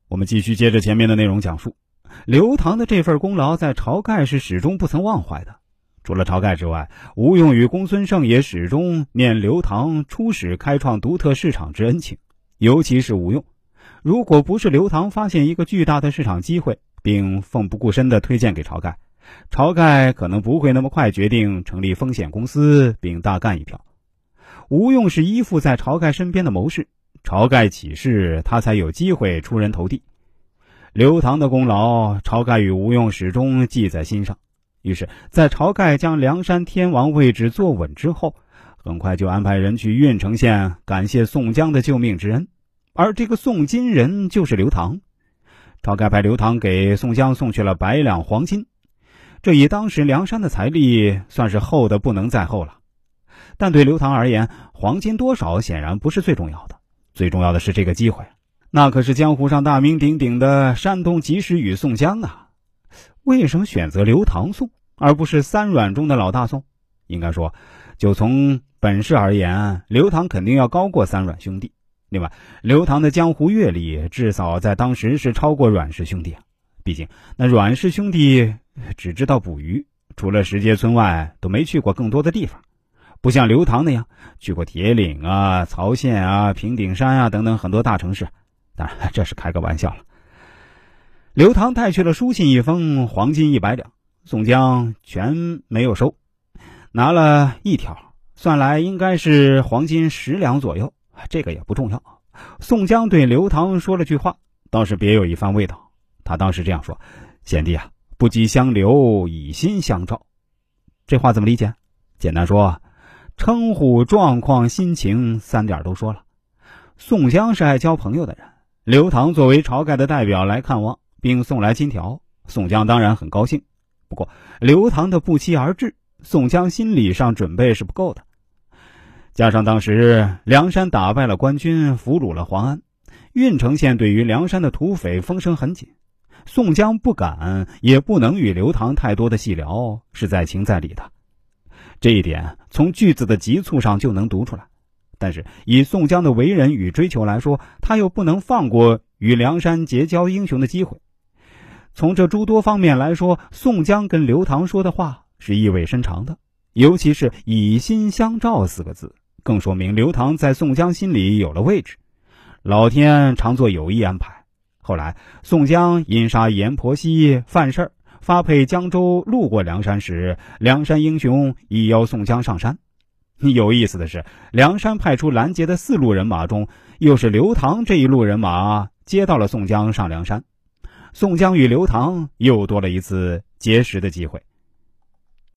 我们继续接着前面的内容讲述，刘唐的这份功劳在晁盖是始终不曾忘怀的。除了晁盖之外，吴用与公孙胜也始终念刘唐初始开创独特市场之恩情。尤其是吴用，如果不是刘唐发现一个巨大的市场机会，并奋不顾身地推荐给晁盖，晁盖可能不会那么快决定成立风险公司并大干一票。吴用是依附在晁盖身边的谋士，晁盖起事，他才有机会出人头地。刘唐的功劳，晁盖与吴用始终记在心上。于是在晁盖将梁山天王位置坐稳之后，很快就安排人去郓城县感谢宋江的救命之恩，而这个送金人就是刘唐。晁盖派刘唐给宋江送去了100两黄金，这以当时梁山的财力算是厚的不能再厚了。但对刘唐而言，黄金多少显然不是最重要的，最重要的是这个机会，那可是江湖上大名鼎鼎的山东及时雨宋江啊。为什么选择刘唐宋而不是三阮中的老大宋？应该说，就从本事而言，刘唐肯定要高过三阮兄弟。另外，刘唐的江湖阅历至少在当时是超过阮氏兄弟啊。毕竟那阮氏兄弟只知道捕鱼，除了石碣村外都没去过更多的地方，不像刘唐那样去过铁岭啊、曹县啊、平顶山啊等等很多大城市。当然这是开个玩笑了。刘唐带去了书信一封，黄金100两，宋江全没有收，拿了一条，算来应该是黄金10两左右，这个也不重要。宋江对刘唐说了句话，倒是别有一番味道。他当时这样说：贤弟啊，不羁相留，以心相照。这话怎么理解？简单说，称呼、状况、心情3点都说了。宋江是爱交朋友的人，刘唐作为晁盖的代表来看望，并送来金条，宋江当然很高兴。不过刘唐的不期而至，宋江心理上准备是不够的。加上当时梁山打败了官军，俘虏了黄安，郓城县对于梁山的土匪风声很紧，宋江不敢也不能与刘唐太多的细聊，是在情在理的。这一点从句子的急促上就能读出来。但是以宋江的为人与追求来说，他又不能放过与梁山结交英雄的机会。从这诸多方面来说，宋江跟刘唐说的话是意味深长的，尤其是以心相照4个字，更说明刘唐在宋江心里有了位置。老天常做有意安排。后来宋江因杀阎婆惜犯事儿，发配江州路过梁山时，梁山英雄亦邀宋江上山。有意思的是，梁山派出拦截的4路人马中，又是刘唐这一路人马接到了宋江上梁山。宋江与刘唐又多了一次结识的机会。